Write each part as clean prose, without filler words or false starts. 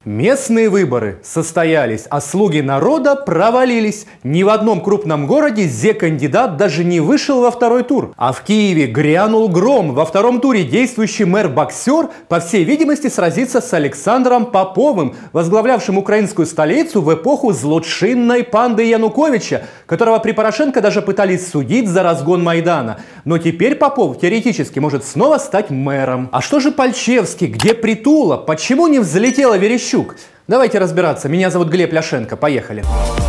Местные выборы состоялись, а слуги народа провалились. Ни в одном крупном городе зе-кандидат даже не вышел во второй тур. А в Киеве грянул гром. Во втором туре действующий мэр-боксер, по всей видимости, сразится с Александром Поповым, возглавлявшим украинскую столицу в эпоху злочинной панды Януковича, которого при Порошенко даже пытались судить за разгон Майдана. Но теперь Попов теоретически может снова стать мэром. А что же Пальчевский? Где Притула? Почему не взлетела Верещук? Давайте разбираться. Меня зовут Глеб Ляшенко. Поехали.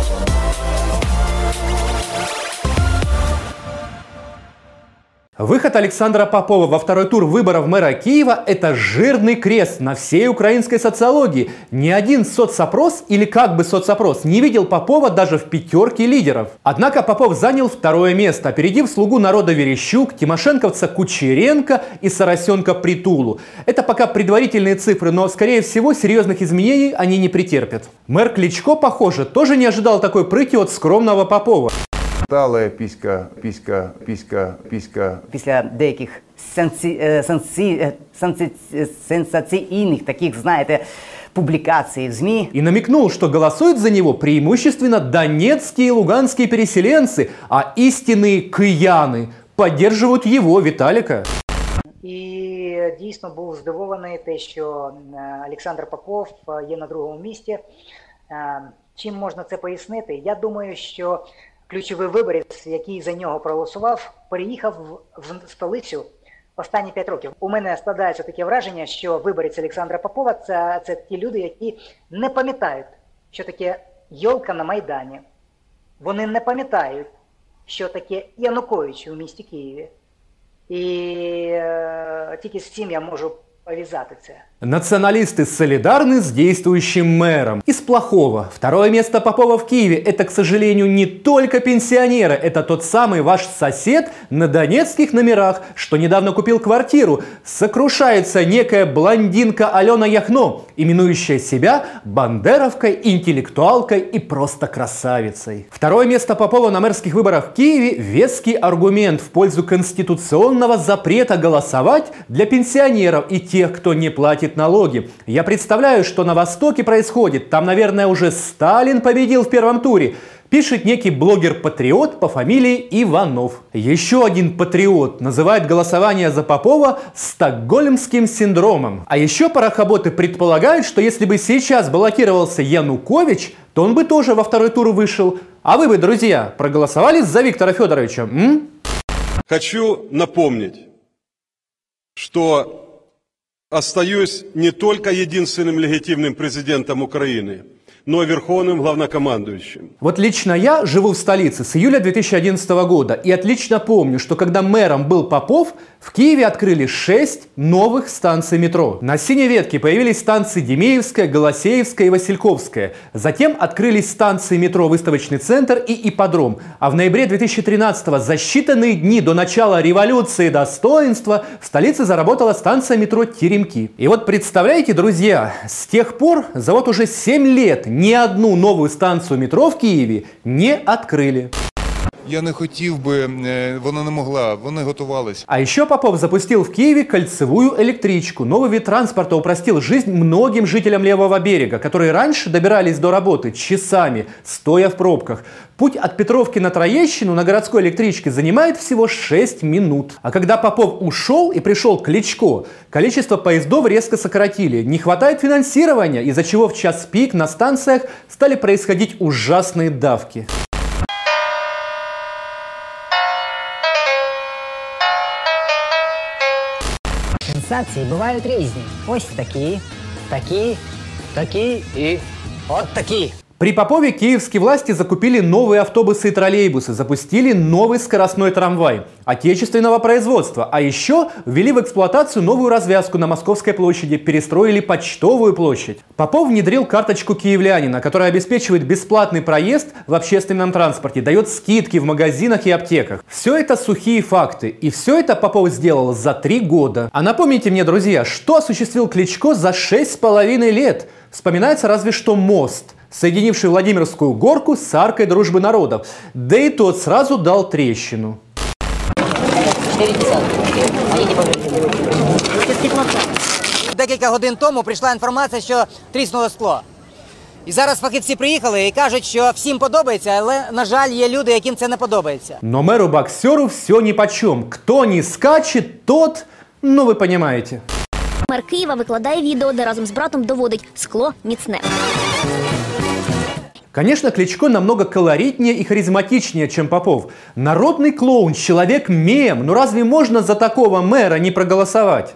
Выход Александра Попова во второй тур выборов мэра Киева – это жирный крест на всей украинской социологии. Ни один соцопрос или как бы соцопрос не видел Попова даже в пятерке лидеров. Однако Попов занял второе место, опередив слугу народа Верещук, тимошенковца Кучеренко и соросенка Притулу. Это пока предварительные цифры, но, скорее всего, серьезных изменений они не претерпят. Мэр Кличко, похоже, тоже не ожидал такой прыти от скромного Попова. Стали піська. Після деяких сенсаційних таких, знаєте, публикаций в СМИ. И намекнул, что голосуют за него преимущественно донецкие и луганские переселенцы, а истинные кияны поддерживают его, Виталика. І дійсно був здивований те, що Олександр Попов є на другому місці. Чим можна це пояснити? Я думаю, що ключовий виборець, який за нього проголосував, переїхав в столицю останні 5 років. У мене складається таке враження, що виборець Олександра Попова – це ті люди, які не пам'ятають, що таке йолка на Майдані. Вони не пам'ятають, що таке Янукович у місті Києві. І тільки з цим я можу повязать это. Националисты солидарны с действующим мэром. Из плохого. Второе место Попова в Киеве – это, к сожалению, не только пенсионеры. Это тот самый ваш сосед на донецких номерах, что недавно купил квартиру. Сокрушается некая блондинка Алена Яхно, именующая себя бандеровкой, интеллектуалкой и просто красавицей. Второе место Попова на мэрских выборах в Киеве – веский аргумент в пользу конституционного запрета голосовать для пенсионеров и тех, кто не платит налоги. Я представляю, что на Востоке происходит. Там, наверное, уже Сталин победил в первом туре. Пишет некий блогер-патриот по фамилии Иванов. Еще один патриот называет голосование за Попова стокгольмским синдромом. А еще парохоботы предполагают, что если бы сейчас баллотировался Янукович, то он бы тоже во второй тур вышел. А вы бы, друзья, проголосовали за Виктора Федоровича? Хочу напомнить, что остаюсь не только единственным легитимным президентом Украины, но и верховным главнокомандующим. Вот лично я живу в столице с июля 2011 года и отлично помню, что когда мэром был Попов, в Киеве открыли 6 новых станций метро. На синей ветке появились станции Демеевская, Голосеевская и Васильковская. Затем открылись станции метро Выставочный центр и Ипподром. А в ноябре 2013 за считанные дни до начала революции достоинства в столице заработала станция метро Теремки. И вот представляете, друзья, с тех пор за вот уже 7 лет ни одну новую станцию метро в Киеве не открыли. Я не хотів би, вона не могла, вони готувались. А еще Попов запустил в Киеве кольцевую электричку. Новый вид транспорта упростил жизнь многим жителям левого берега, которые раньше добирались до работы часами, стоя в пробках. Путь от Петровки на Троещину на городской электричке занимает всего 6 минут. А когда Попов ушел и пришел Кличко, количество поездов резко сократили. Не хватает финансирования, из-за чего в час пик на станциях стали происходить ужасные давки. Сенсації бувають різні. Ось такі, такі, такі і от такі. При Попове киевские власти закупили новые автобусы и троллейбусы, запустили новый скоростной трамвай отечественного производства, а еще ввели в эксплуатацию новую развязку на Московской площади, перестроили Почтовую площадь. Попов внедрил карточку киевлянина, которая обеспечивает бесплатный проезд в общественном транспорте, дает скидки в магазинах и аптеках. Все это сухие факты, и все это Попов сделал за 3 года. А напомните мне, друзья, что осуществил Кличко за 6,5 лет? Вспоминается разве что мост, соединивший Владимирскую горку с аркой дружбы народов. Да и тот сразу дал трещину. декілька годин тому прийшла інформація, що тріснуло скло. І зараз фахівці приїхали і кажуть, що всім подобається, але, на жаль, є люди, яким це не подобається. Но мэру-боксеру все нипочем. Кто не скачет, тот, ну вы понимаете. Мер Києва викладає відео, де разом з братом доводить – скло міцне. Конечно, Кличко намного колоритнее и харизматичнее, чем Попов. Народный клоун, человек-мем. Ну разве можно за такого мэра не проголосовать?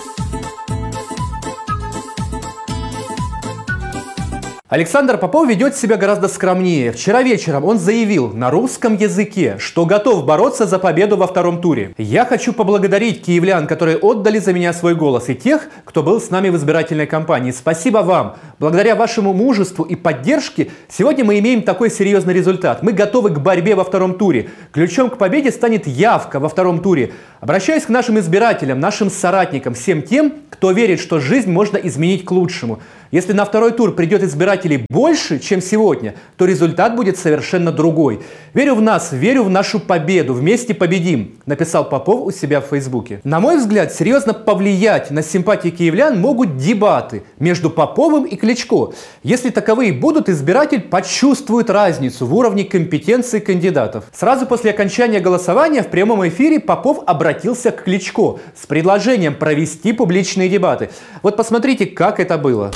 Александр Попов ведет себя гораздо скромнее. Вчера вечером он заявил на русском языке, что готов бороться за победу во втором туре. Я хочу поблагодарить киевлян, которые отдали за меня свой голос, и тех, кто был с нами в избирательной кампании. Спасибо вам. Благодаря вашему мужеству и поддержке сегодня мы имеем такой серьезный результат. Мы готовы к борьбе во втором туре. Ключом к победе станет явка во втором туре. Обращаюсь к нашим избирателям, нашим соратникам, всем тем, кто верит, что жизнь можно изменить к лучшему. Если на второй тур придет избирателей больше, чем сегодня, то результат будет совершенно другой. Верю в нас, верю в нашу победу. Вместе победим, написал Попов у себя в Фейсбуке. На мой взгляд, серьезно повлиять на симпатии киевлян могут дебаты между Поповым и Кличко. Если таковые будут, избиратель почувствует разницу в уровне компетенции кандидатов. Сразу после окончания голосования в прямом эфире Попов обратился к Кличко с предложением провести публичные дебаты. Вот посмотрите, как это было.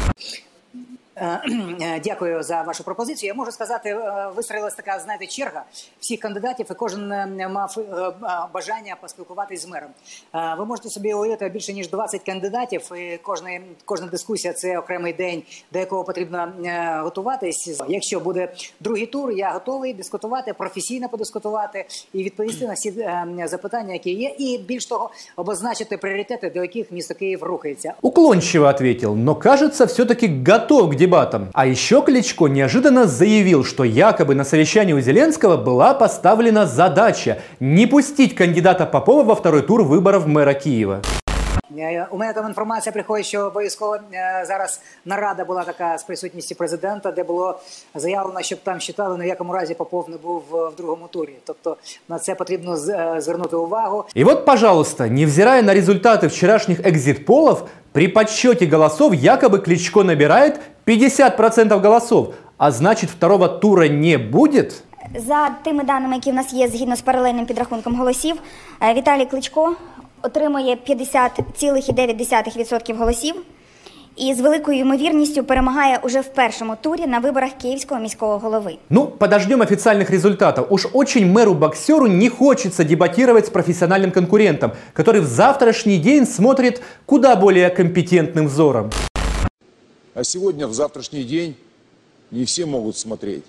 Дякую за вашу пропозицію. Я можу сказати, вистроїлась така, знаєте, черга всіх кандидатів, і кожен мав бажання поспілкуватись з мером. Ви можете собі уявити більше ніж 20 кандидатів, і кожна дискусія – це окремий день, до якого потрібно готуватись. Якщо буде другий тур, я готовий дискутувати, професійно подискутувати і відповісти на всі запитання, які є, і більш того, обозначити пріоритети, до яких місто Київ рухається. Уклончиво ответил, но кажется, все-таки готов к дебатам. А еще Кличко неожиданно заявил, что якобы на совещании у Зеленского была поставлена задача не пустить кандидата Попова во второй тур выборов мэра Киева. У мене там інформація приходить, що обов'язково зараз нарада була така з присутністю президента, де було заявлено, щоб там считали, в якому разі Попов не був в другому турі. Тобто на це потрібно звернути увагу. И вот, пожалуйста, невзирая на результаты вчерашних экзит-полов, при подсчете голосов якобы Кличко набирает 50% голосов, а значит второго тура не будет? За тими даними, які в нас є згідно з паралельним підрахунком голосів, Віталій Кличко отримує 50,9% голосів і з великою ймовірністю перемагає уже в першому турі на виборах Київського міського голови. Ну, подождем официальных результатов. Уж очень мэру-боксеру не хочется дебатировать с профессиональным конкурентом, который в завтрашний день смотрит куда более компетентным взором. А сегодня, в завтрашний день, не все могут смотреть.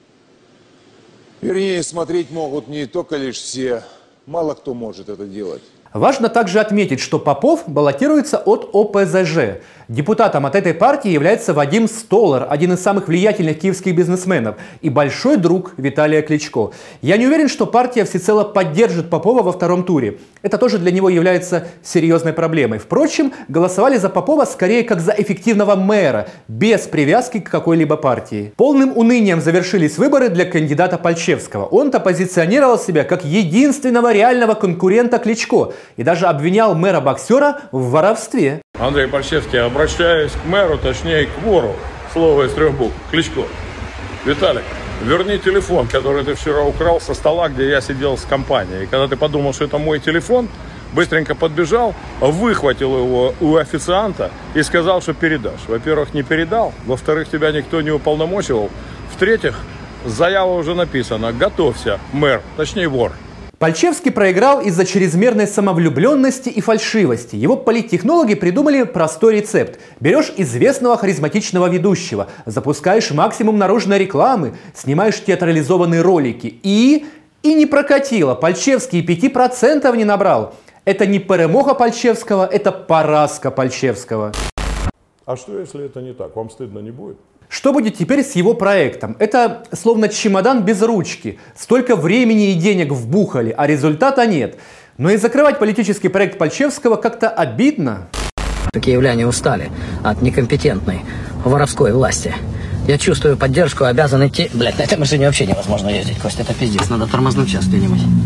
Вернее, смотреть могут не только лишь все, мало кто может это делать. Важно также отметить, что Попов баллотируется от ОПЗЖ. Депутатом от этой партии является Вадим Столар, один из самых влиятельных киевских бизнесменов и большой друг Виталия Кличко. Я не уверен, что партия всецело поддержит Попова во втором туре. Это тоже для него является серьезной проблемой. Впрочем, голосовали за Попова скорее как за эффективного мэра, без привязки к какой-либо партии. Полным унынием завершились выборы для кандидата Пальчевского. Он-то позиционировал себя как единственного реального конкурента Кличко и даже обвинял мэра-боксера в воровстве. Андрей Пальчевский, обращаюсь к мэру, точнее к вору, слово из 3 букв, Кличко. Виталик, верни телефон, который ты вчера украл со стола, где я сидел с компанией. И когда ты подумал, что это мой телефон, быстренько подбежал, выхватил его у официанта и сказал, что передашь. Во-первых, не передал, во-вторых, тебя никто не уполномочивал, в-третьих, заява уже написана, готовься, мэр, точнее вор. Пальчевский проиграл из-за чрезмерной самовлюбленности и фальшивости. Его политтехнологи придумали простой рецепт. Берешь известного харизматичного ведущего, запускаешь максимум наружной рекламы, снимаешь театрализованные ролики и не прокатило. Пальчевский 5% не набрал. Это не перемога Пальчевского, это поразка Пальчевского. А что, если это не так? Вам стыдно не будет? Что будет теперь с его проектом? Это словно чемодан без ручки. Столько времени и денег вбухали, а результата нет. Но и закрывать политический проект Пальчевского как-то обидно. Киевляне устали от некомпетентной воровской власти. Я чувствую поддержку, обязан идти... Блядь, на этой машине вообще невозможно ездить, Костя, это пиздец. Надо тормознуть сейчас где-нибудь.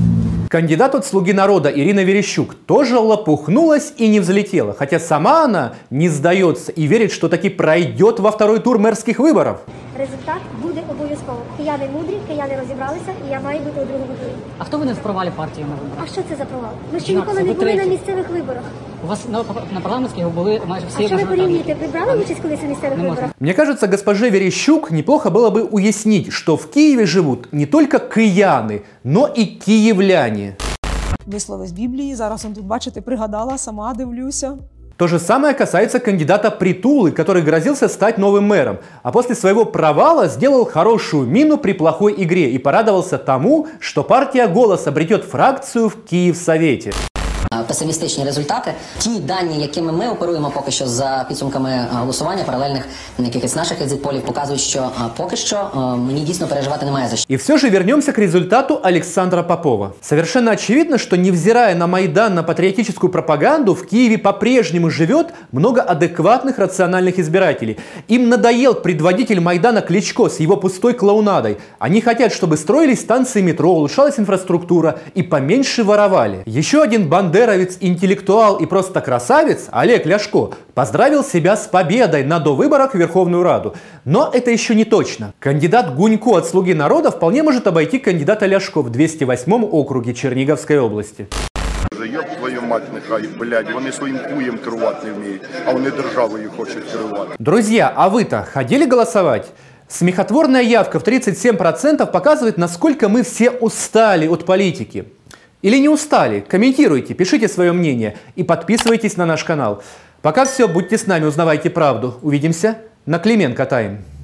Кандидат от «Слуги народа» Ирина Верещук тоже лопухнулась и не взлетела, хотя сама она не сдается и верит, что таки пройдет во второй тур мэрских выборов. Результат буде обов'язково. Кияни мудрі, кияни розібралися, і я маю бути у другому турі. А хто ви не в провалі партії на виборах? А що це за провал? Ми ще ніколи не були на місцевих виборах. У вас на парламентских були майже всі. А що ви порівнюєте? Ви брали участь колись у місцевих виборах? Мне кажется, госпоже Верещук неплохо было бы уяснить, что в Киеве живут не только кияны, но и киевляне. Вислови з Біблії, зараз он тут, бачите, пригадала, сама дивлюся. То же самое касается кандидата Притулы, который грозился стать новым мэром, а после своего провала сделал хорошую мину при плохой игре и порадовался тому, что партия «Голос» обретет фракцию в Киевсовете. Песимістичні результати. Ті дані, якими ми оперуємо поки що за підсумками голосування паралельних якихось наших екзит-полів, показують, що поки що мені дійсно переживати немає за що. И все же вернемся к результату Александра Попова. Совершенно очевидно, что невзирая на Майдан, на патриотическую пропаганду, в Киеве по-прежнему живет много адекватных рациональных избирателей. Им надоел предводитель Майдана Кличко с его пустой клоунадой. Они хотят, чтобы строились станции метро, улучшалась инфраструктура и поменьше воровали. Еще один бандеровец, интеллектуал и просто красавец Олег Ляшко поздравил себя с победой на довыборах в Верховную Раду. Но это еще не точно. Кандидат Гунько от «Слуги народа» вполне может обойти кандидата Ляшко в 208 округе Черниговской области. Йоб твою мать, нехай, блядь, вони своїм хуєм керувати не вміють, а вони державою хочуть керувати. Друзья, а вы-то ходили голосовать? Смехотворная явка в 37% показывает, насколько мы все устали от политики. Или не устали? Комментируйте, пишите свое мнение и подписывайтесь на наш канал. Пока все, будьте с нами, узнавайте правду. Увидимся на Клименко Тайм.